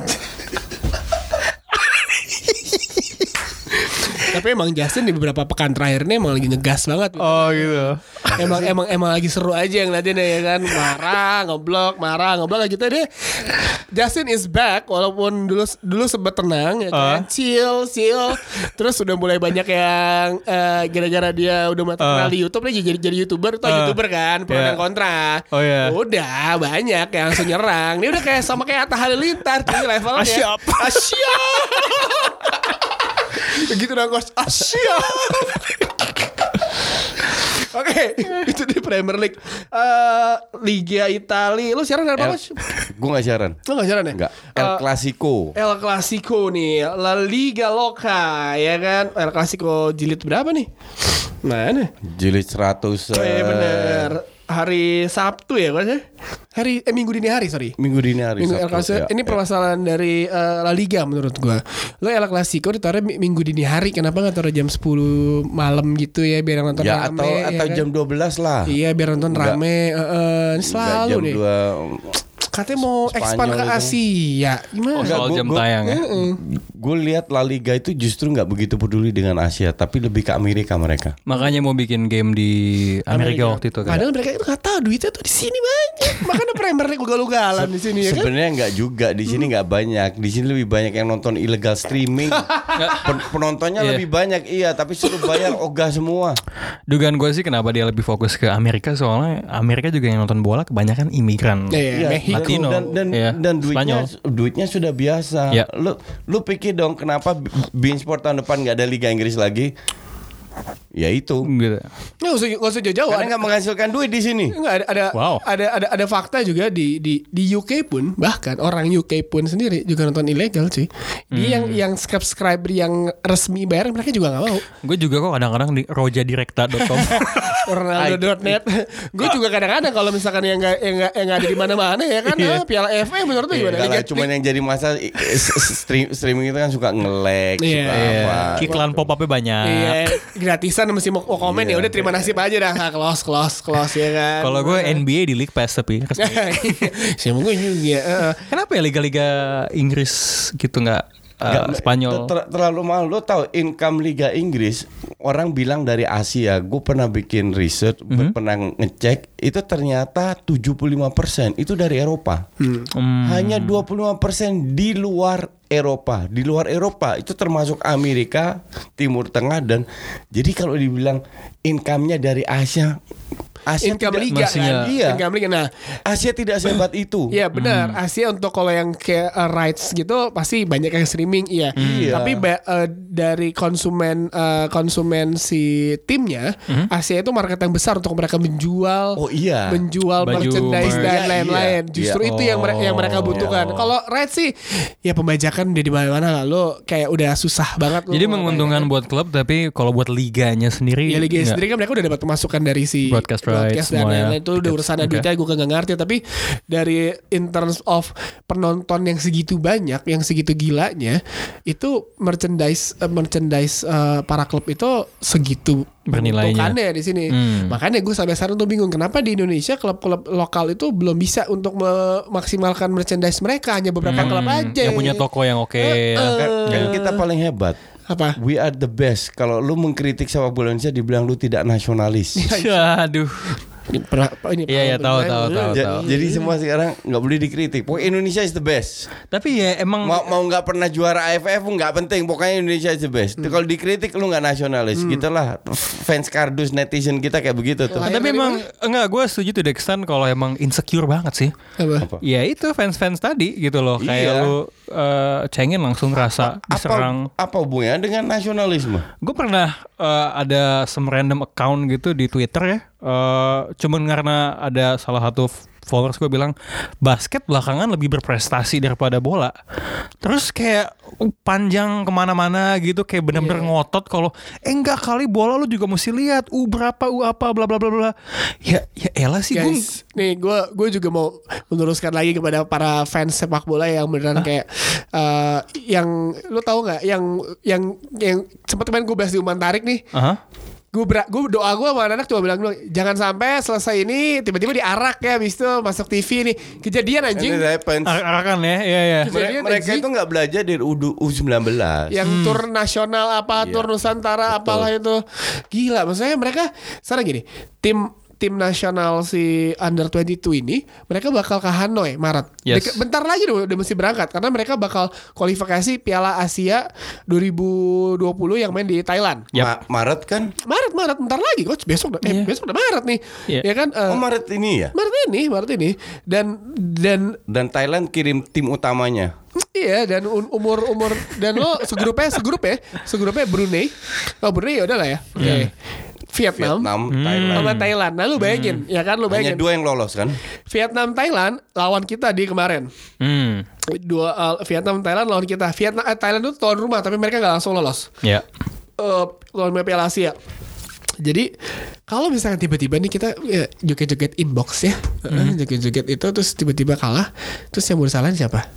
Tapi emang Justin di beberapa pekan terakhir ini emang lagi ngegas banget. Oh gitu. Emang emang emang lagi seru aja yang ngeliatin ya kan, marah ngeblok marah ngeblok gitu deh. Justin is back walaupun dulu dulu sempat tenang ya kan, uh. chill chill. Terus udah mulai banyak yang uh, gara-gara dia udah mulai terkenal uh. di YouTube nih jadi jadi youtuber tuh uh. youtuber kan pro yeah. dan kontra. Oh yeah. Udah banyak yang langsung nyerang. Dia udah kayak sama kayak Atta Halilintar tuh levelnya. Asyap. Asyap. Begitu dong kos Asia. Oke, okay, itu di Premier League. uh, Liga Italia. Lu siaran apa mas? Gue gak siaran. Lu gak siaran ya? Enggak. El Clasico. uh, El Clasico nih, La Liga Loca ya kan. El Clasico jilid berapa nih? Mana? Jilid seratus. Oh iya bener. Hari Sabtu ya kan? Hari eh minggu dini hari sorry. Minggu dini hari. Minggu El Clasico. Ya, ini ya. Permasalahan dari uh, La Liga menurut gua. Lo El Clasico ditaruh minggu dini hari. Kenapa nggak taruh jam sepuluh malam gitu ya biar nonton ya, rame? Atau ya atau kan? jam dua belas lah. Iya biar nonton enggak, rame. Uh, uh, selalu jam deh. dua Katanya mau expand ke Asia. Gimana? Oh, soal jam tayang ya. Gue lihat La Liga itu justru nggak begitu peduli dengan Asia, tapi lebih ke Amerika mereka. Makanya mau bikin game di Amerika, Amerika. waktu itu kan. Padahal mereka itu nggak tahu duitnya tuh di sini banyak. Makanya Premier League ugal-ugalan di sini ya kan. Sebenarnya nggak juga di sini nggak hmm. banyak. Di sini lebih banyak yang nonton illegal streaming. Pen- penontonnya yeah. lebih banyak iya, tapi suruh bayar ogah semua. Dugaan gue sih kenapa dia lebih fokus ke Amerika soalnya Amerika juga yang nonton bola kebanyakan imigran. Yeah, yeah. Latino dan dan, yeah. dan duitnya Spanyol. duitnya sudah biasa. Yeah. Lu lu pikir dong kenapa Bein Sport tahun depan nggak ada Liga Inggris lagi? Ya itu. Gitu. Nggak usah nggak usah jauh-jauh. Karena nggak menghasilkan duit di sini. Nggak ada ada, wow. ada ada ada fakta juga di di di U K pun bahkan orang U K pun sendiri juga nonton ilegal sih. Dia hmm. yang yang subscriber yang resmi bayar mereka juga nggak mau. Gue juga kok kadang-kadang di rojadirekta dot com Ronaldo dot net. Gue juga kadang-kadang kalau misalkan yang nggak yang nggak yang ada di mana-mana ya kan ah, Piala F A menurut tuh gimana? Kalau cuma yang jadi masalah stream, streaming itu kan suka nge-lag, yeah. suka yeah. apa. Iklan pop-upnya banyak. Iya, gratisan mesti mau komen yeah. ya udah terima nasib aja dah, close close close ya kan. Kalau gue N B A di League Pass tapi. Saya mungkin juga. Kenapa ya liga-liga Inggris gitu nggak? Uh, Spanyol ter- terlalu mahal. Lo tahu income Liga Inggris orang bilang dari Asia. Gue pernah bikin riset, mm-hmm. pernah ngecek itu ternyata tujuh puluh lima persen itu dari Eropa. Hmm. Hanya dua puluh lima persen di luar Eropa. Di luar Eropa itu termasuk Amerika, Timur Tengah dan jadi kalau dibilang income-nya dari Asia Asia income tidak, liga kan? Iya. Income liga. Nah, Asia tidak sehebat itu. Iya benar. Hmm. Asia untuk kalau yang kayak uh, rights gitu pasti banyak yang streaming, iya. Hmm. Tapi ba- uh, dari konsumen uh, konsumen si timnya, hmm? Asia itu market yang besar untuk mereka menjual, oh iya, menjual baju, merchandise merch. dan iya, lain-lain. iya. Justru iya. itu yang mereka yang mereka butuhkan. Oh. Kalau rights sih, ya pembajakan udah di mana-mana lah. Lo kayak udah susah banget. Jadi menguntungkan buat klub, tapi kalau buat liganya sendiri, ya liga sendiri kan mereka udah dapat masukan dari si broadcast rights dan lain-lain. ya. Itu udah urusan okay. duitnya gue gak ngerti. Tapi dari in terms of penonton yang segitu banyak, yang segitu gilanya, itu merchandise uh, merchandise uh, para klub itu segitu bernilainya di sini. Hmm. Makanya gue sampai sekarang tuh bingung kenapa di Indonesia klub-klub lokal itu belum bisa untuk memaksimalkan merchandise mereka, hanya beberapa hmm. klub aja yang punya toko yang oke. Okay, uh, ya. Kan, kan kita paling hebat. Apa? We are the best. Kalau lu mengkritik sepak bola Indonesia dibilang lu tidak nasionalis. Aduh. Ini pernah, ini iya, iya, tahu, tahu, tahu, J- tahu. Jadi semua sekarang nggak boleh dikritik. Pokoknya Indonesia is the best. Tapi ya emang mau mau nggak pernah juara A F F nggak penting. Pokoknya Indonesia is the best. Hmm. Kalau dikritik lu nggak nasionalis. Hmm. Gitulah fans kardus netizen kita kayak begitu tuh. Nah, tapi emang enggak, gue setuju tuh Dextan kalau emang insecure banget sih. Apa? Ya itu fans-fans tadi gitu loh. Kayak iya. lu uh, cengin langsung rasa apa, diserang. Apa, apa hubungannya dengan nasionalisme? Gue pernah uh, ada some random account gitu di Twitter ya. Uh, cuman karena ada salah satu followers gue bilang basket belakangan lebih berprestasi daripada bola. Terus kayak panjang kemana-mana gitu, kayak benar-benar yeah. ngotot kalau eh enggak kali bola lu juga mesti lihat u berapa u apa bla bla bla bla. Ya ya elah sih gue. Nih gue gue juga mau meluruskan lagi kepada para fans sepak bola yang beneran ah. kayak uh, yang lu tahu nggak yang yang yang sempat main gue bahas di Umpan Tarik nih. Uh-huh. Gue gue ber- gue doa gue sama anak cuma bilang dulu, jangan sampai selesai ini tiba-tiba diarak ya, habis itu masuk T V nih kejadian anjing. Arak-arakan ya, iya ya. Kejadian Mereka anjing. itu nggak belajar dari U sembilan belas. Yang hmm. tur nasional apa, Iya. tur Nusantara, Betul. apalah itu. Gila, maksudnya mereka sekarang gini, tim tim nasional si under dua puluh dua ini mereka bakal ke Hanoi Maret. Yes. Dek- bentar lagi udah, udah mesti berangkat karena mereka bakal kualifikasi Piala Asia dua ribu dua puluh yang main di Thailand. Yep. Ma- Maret kan? Maret Maret bentar lagi coach, besok udah- eh Iya. besok udah Maret nih. Iya. Ya kan? eh, Oh Maret ini ya. Maret ini, Maret ini dan dan Dan Thailand kirim tim utamanya. iya dan un- umur umur dan lo segrupnya segrup ya segrupnya Brunei. Oh Brunei ya udah lah ya. Oke. Vietnam, Vietnam, Hmm. Thailand. sama Thailand. Nah lu bayangin, ya kan lu Hanya bayangin. dua yang lolos kan? Vietnam Thailand lawan kita di kemarin. Hmm. Dua uh, Vietnam Thailand lawan kita. Vietnam eh, Thailand itu tuan rumah tapi mereka nggak langsung lolos. Ya. Uh, lawan Piala Asia. Jadi kalau misalnya tiba-tiba nih kita ya, joget-joget inbox ya, uh, joget-joget itu terus tiba-tiba kalah, terus yang bersalahan siapa?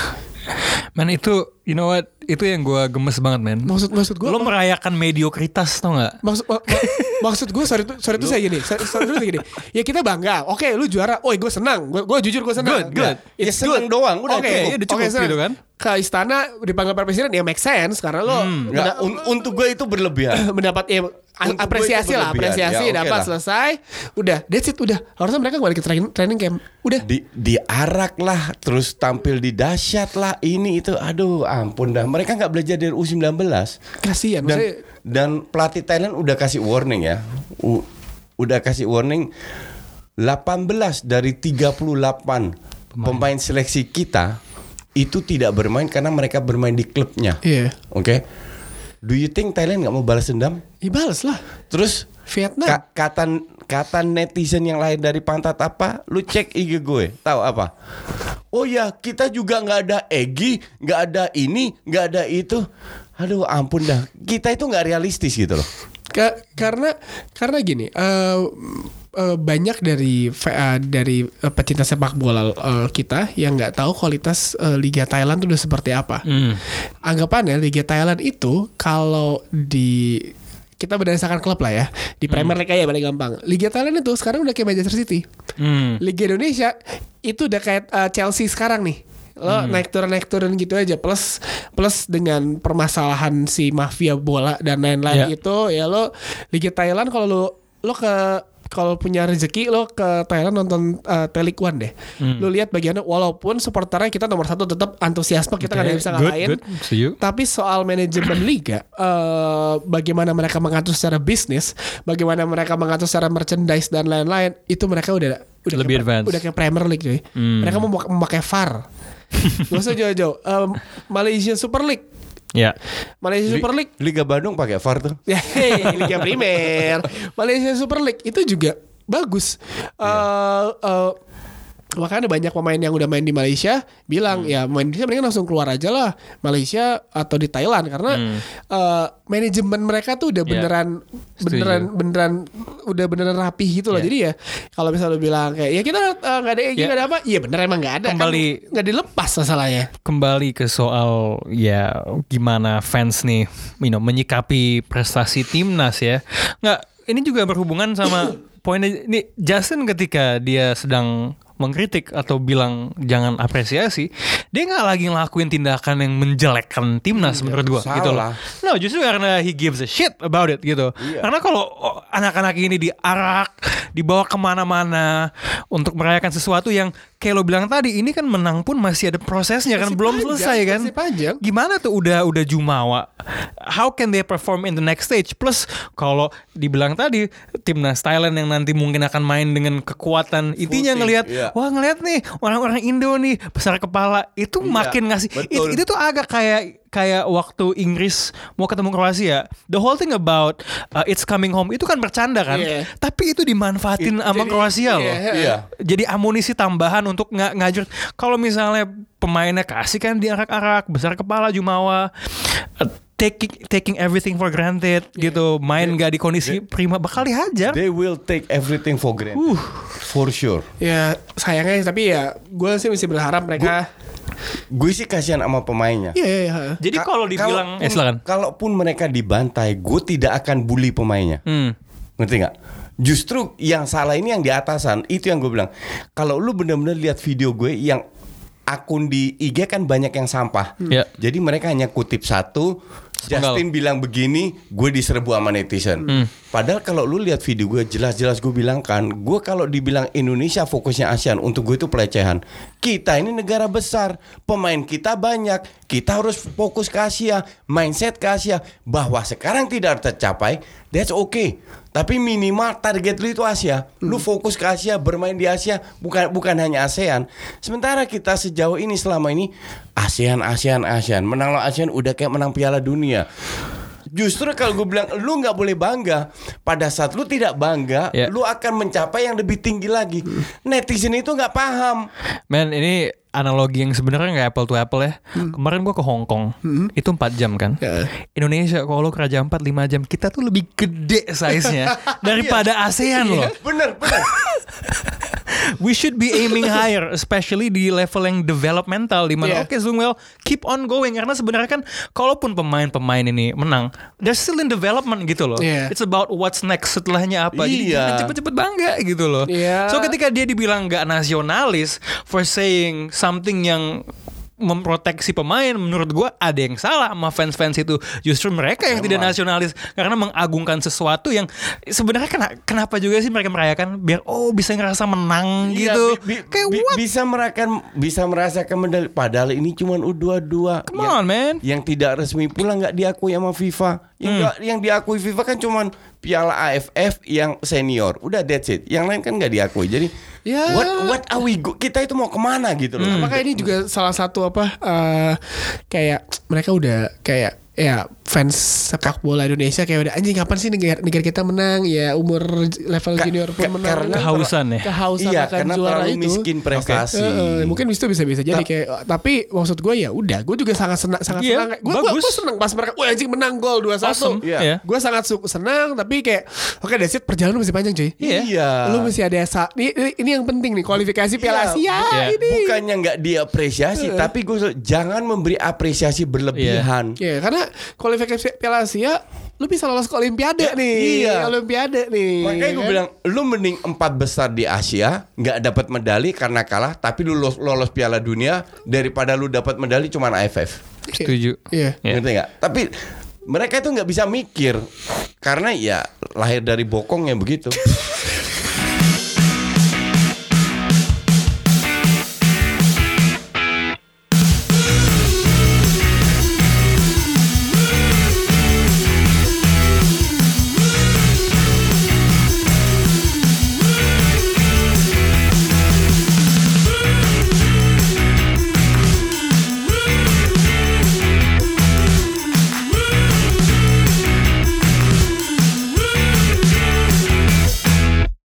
Man itu, you know what? Itu yang gue gemes banget, man. Maksud maksud gue Lo merayakan mediokritas, tau gak? Maksud ma- ma- maksud gue sorry tuh sorry tuh saya gini, sorry, sorry tuh gini. Ya kita bangga. Oke, lu juara. Oh, gue senang. Gue gue jujur gue senang. Good, good. Ya It's seneng good. doang, udah Oke, cukup. Iya, udah cukup oke, senang. gitu kan. Ke istana dipanggil Pak Presiden ya make sense karena lo Nggak, un- untuk gue itu berlebihan. mendapat ya a- Untuk gue apresiasi itu lah, berlebihan. apresiasi Ya, oke dapat lah. selesai. Udah, that's it udah. Harusnya mereka balik ke training, training camp. Udah. Di diarak lah, terus tampil di dahsyat lah, ini itu, aduh ampun dah. Mereka nggak belajar dari U sembilan belas. Kasihan Dan maksudnya. dan pelatih Thailand udah kasih warning ya, U- udah kasih warning. delapan belas dari tiga puluh delapan pemain seleksi kita itu tidak bermain karena mereka bermain di klubnya. Iya. Oke. Do you think Thailand nggak mau balas dendam? Ya balas lah. Terus Vietnam. ka- kata kata netizen yang lain dari pantat apa? Lu cek I G gue, tahu apa? Oh ya, kita juga nggak ada Egy, nggak ada ini, nggak ada itu. Aduh, ampun dah. Kita itu nggak realistis gitu loh. Ka- karena karena gini, eh, eh, banyak dari uh, dari uh, pecinta sepak bola uh, kita yang nggak tahu kualitas uh, Liga Thailand itu udah seperti apa. Hmm. Anggapannya Liga Thailand itu kalau di kita berdasarkan klub lah ya, di Premier League aja paling gampang. Liga Thailand itu sekarang udah kayak Manchester City. Hmm. Liga Indonesia itu udah kayak uh, Chelsea sekarang nih. Lo naik turun naik turun gitu aja, plus plus dengan permasalahan si mafia bola dan lain-lain Yeah. itu ya lo Liga Thailand kalau lo lo ke kalau punya rezeki lo ke Thailand nonton uh, T-League One deh. Lo lihat bagiannya walaupun supporternya kita nomor satu tetap antusiasme kita nggak ada yang bisa Good, ngalahin. good. Setuju. Tapi soal manajemen liga, eh, bagaimana mereka mengatur secara bisnis, bagaimana mereka mengatur secara merchandise dan lain-lain, itu mereka udah udah Lebih kayak, advance. udah kayak Premier League cuy. Hmm. Mereka mau memakai V A R. Gak usah jauh-jauh. Eh, Malaysia Super League. Ya. Malaysia Li- Super League. Liga Bandung pakai V A R tuh. Ya, hey, Liga Primer. Malaysia Super League itu juga bagus. Eh, eh, makanya banyak pemain yang udah main di Malaysia bilang ya main di Indonesia mendingan langsung keluar aja lah Malaysia atau di Thailand karena eh, manajemen mereka tuh udah Ya. beneran Setuju. beneran beneran udah beneran rapih gitu loh. Ya. Jadi ya kalau misalnya lu bilang kayak ya kita eh, nggak ada Ya. nggak ada apa, iya bener emang nggak ada. Kembali- kan, nggak dilepas masalahnya. Kembali ke soal ya gimana fans nih, you know, menyikapi prestasi timnas ya. Nggak, ini juga berhubungan sama poinnya ini Justin ketika dia sedang mengkritik atau bilang jangan apresiasi, dia nggak lagi ngelakuin tindakan yang menjelekkan timnas menurut gua salah. gitu loh. No, justru karena he gives a shit about it gitu. Iya. Karena kalau oh, anak-anak ini diarak, dibawa kemana-mana untuk merayakan sesuatu yang kayak lo bilang tadi, ini kan menang pun masih ada prosesnya kan, Masih belum panjang, selesai kan. masih panjang. Gimana tuh udah udah jumawa? How can they perform in the next stage? Plus kalau dibilang tadi timnas Thailand yang nanti mungkin akan main dengan kekuatan intinya team, ngelihat, iya. wah ngelihat nih orang-orang Indo nih besar kepala itu Iya, makin ngasih. It- betul. itu tuh agak kayak kayak waktu Inggris mau ketemu Kroasia. The whole thing about uh, it's coming home itu kan bercanda kan, Iya. tapi itu dimanfaatin It- sama jadi- Kroasia loh. iya. Iya. Jadi amunisi tambahan untuk nggak ngajur. Kalau misalnya pemainnya kasih kan diarak-arak, besar kepala jumawa, uh, taking taking everything for granted gitu, main nggak di kondisi prima, bakal dihajar. They will take everything for granted. For sure. Ya sayangnya tapi ya gue sih masih berharap mereka gue sih kasihan sama pemainnya. Iya, iya, iya. Jadi Ka- kalau dibilang, kalaupun- eh silakan. Kalaupun mereka dibantai, gue tidak akan bully pemainnya. Hmm. Ngerti nggak? Justru yang salah ini yang di atasan. Itu yang gue bilang. Kalau lu benar-benar lihat video gue yang akun di I G kan banyak yang sampah. Ya. Jadi mereka hanya kutip satu. Sepenggal. Justin bilang begini, gue diserbu sama netizen. Hmm. Padahal kalau lu lihat video gue, jelas-jelas gue bilang kan, gue kalau dibilang Indonesia fokusnya ASEAN, untuk gue itu pelecehan. Kita ini negara besar, pemain kita banyak, kita harus fokus ke Asia, mindset ke Asia. Bahwa sekarang tidak tercapai, that's okay. Tapi minimal target lu itu Asia. Lu fokus ke Asia, bermain di Asia, bukan bukan hanya ASEAN. Sementara kita sejauh ini selama ini ASEAN, ASEAN, ASEAN, menang lawan ASEAN udah kayak menang Piala Dunia. Justru kalau gue bilang lu nggak boleh bangga. Pada saat lu tidak bangga, Ya. lu akan mencapai yang lebih tinggi lagi. Netizen itu nggak paham. Men, ini analogi yang sebenarnya nggak apple to apple ya. Kemarin gua ke Hong Kong, itu empat jam kan. Ya. Indonesia kalau ke Raja Ampat lima jam, kita tuh lebih gede size-nya daripada ASEAN loh. Bener, bener. We should be aiming higher, especially di level yang developmental, di mana Yeah. oke Zungwell keep on going, karena sebenarnya kan kalaupun pemain-pemain ini menang, they're still in development gitu loh. Yeah. It's about what's next, setelahnya apa. Jadi Iya. jangan cepet-cepet bangga gitu loh. Iya. So ketika dia dibilang nggak nasionalis for saying something yang memproteksi pemain, menurut gua ada yang salah sama fans-fans itu. Justru mereka yang tidak nasionalis karena mengagungkan sesuatu yang sebenarnya kena- kenapa juga sih mereka merayakan biar oh bisa ngerasa menang Iya, gitu. bi- bi- Kayak bi- what? bisa merasakan bisa merasakan medali, padahal ini cuma U dua puluh dua. Come yang, on, man. Yang tidak resmi pula nggak diakui sama FIFA. Yang Hmm. nggak- yang diakui FIFA kan cuma Piala A F F yang senior. Udah that's it. Yang lain kan nggak diakui. Jadi Ya. what what are we go? Kita itu mau kemana gitu loh. Apakah ini juga salah satu apa eh, kayak mereka udah kayak ya fans sepak bola Indonesia kayak udah anjing kapan sih negara, negara kita menang ya umur level Ka- junior pun ka- menang karena- Kehausan ya. kehausan Iya, akan karena juara terlalu itu miskin prestasi. Eh, eh, mungkin itu bisa bisa jadi Ta- kayak tapi maksud gue ya udah gue juga sangat senang sangat Iya, senang gue gue bagus. senang pas mereka wah anjing menang gol dua satu Awesome. Iya. Iya. gue sangat su- senang tapi kayak oke that's it perjalanan masih panjang cuy Iya. Iya. lu masih ada sa- ini, ini, ini yang penting nih kualifikasi Piala Iya, Asia Iya. ini Bukannya nggak diapresiasi, tapi gue jangan memberi apresiasi berlebihan. ya karena kualifikasi Piala Asia lu bisa lolos ke Olimpiade nih iya. Olimpiade nih Makanya gue kan? bilang, lu mending empat besar di Asia, nggak dapat medali karena kalah, tapi lu lolos, lolos Piala Dunia daripada lu dapat medali cuma A F F. Setuju. Iya. Iya. Ngerti nggak? Tapi mereka itu nggak bisa mikir karena ya lahir dari bokong yang begitu.